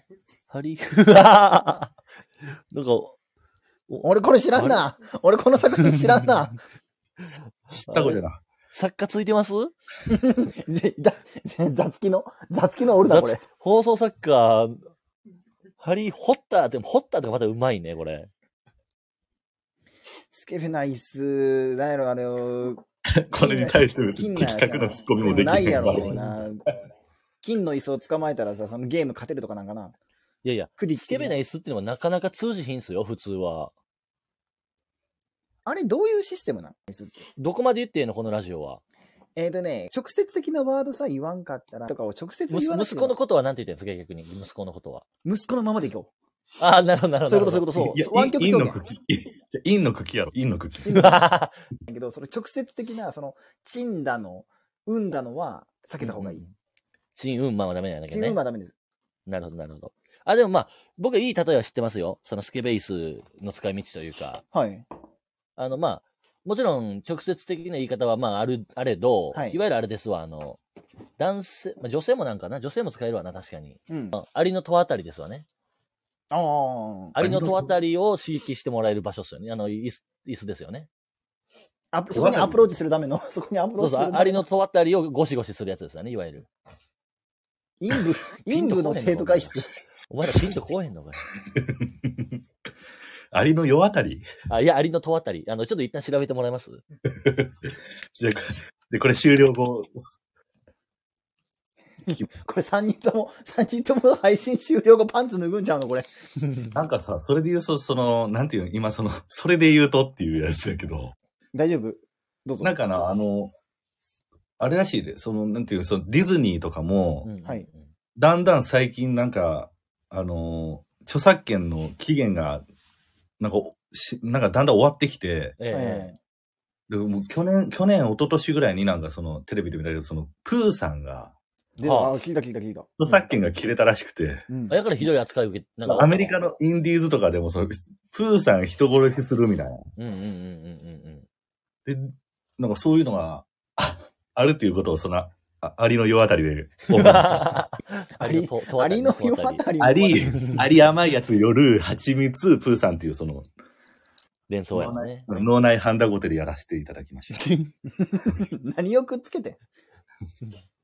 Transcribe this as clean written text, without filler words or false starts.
ハリー、なんか、 俺これ知らんな。俺この作品知らんな。 知ったことな。 作家ついてます雑記のおるな、これ。 放送作家、ハリー・ホッターホッターとかまたうまいね、これ。 スケベな椅子、なんやろ、あれを。 これに対する的確なツッコミもできないやろな。金の椅子を捕まえたらさ、そのゲーム勝てるとかなんかな。 いやいや、スケベな椅子っていうのはなかなか通じひんすよ、普通は。 あれ、どういうシステムなん椅子って。 どこまで言ってんの、このラジオは。 直接的なワードさ言わんかったら、とかを直接言わなくて息子のことはなんて言ってんですか、逆に。息子のことは。 息子のままでいこう。ああ、なるほど、なるほど。 そういうこと、そういうこと、そう。 湾曲表現。陰の茎やろ、陰の茎。 だけど、その直接的な、その、チンだの、うんだのは避けた方がいい。 チン、うん、まあダメなんだけどね。 チン、うんはダメです。 なるほど、なるほど。あ、でもまあ、僕はいい例えは知ってますよ。そのスケベイスの使い道というか。 はい。 まあ、もちろん直接的な言い方はまああれど、 はい、 いわゆるあれですわ、男性、まあ、女性もなんかな、女性も使えるわな、確かに。 うん。 アリの戸あたりですわね。 ああ。 アリの戸あたりを刺激してもらえる場所ですよね。椅子ですよね。 そこにアプローチするための、そこにアプローチするための。 そうそう、アリの戸あたりをゴシゴシするやつですよね、いわゆる。 陰部の生徒会室。 お前らピンとこうへんのかよ。 アリの世あたりいや、アリの戸あたり。ちょっと一旦調べてもらえますじゃあ、これ終了後。 これ3人とも配信終了後パンツ脱ぐんちゃうのこれ。 なんかさ、それで言うと、なんていうの、今それで言うとっていうやつだけど。 大丈夫どうぞ。 なんかな、あれらしいで、なんていう、ディズニーとかも、 はい。 だんだん最近なんか、著作権の期限が、なんかだんだん終わってきて、でも去年、一昨年ぐらいになんかテレビで見たけど、プーさんが、 聞いた。 著作権が切れたらしくて。 だからひどい扱いを受けて、 アメリカのインディーズとかでも、プーさん人殺しするみたいな。で、なんかそういうのが、あるっていうことを、アリの世あたりで。 アリの世あたり。 アリ甘いやつ夜、蜂蜜、プーさんっていう連想やね。 脳内ハンダゴテでやらせていただきました。 何をくっつけて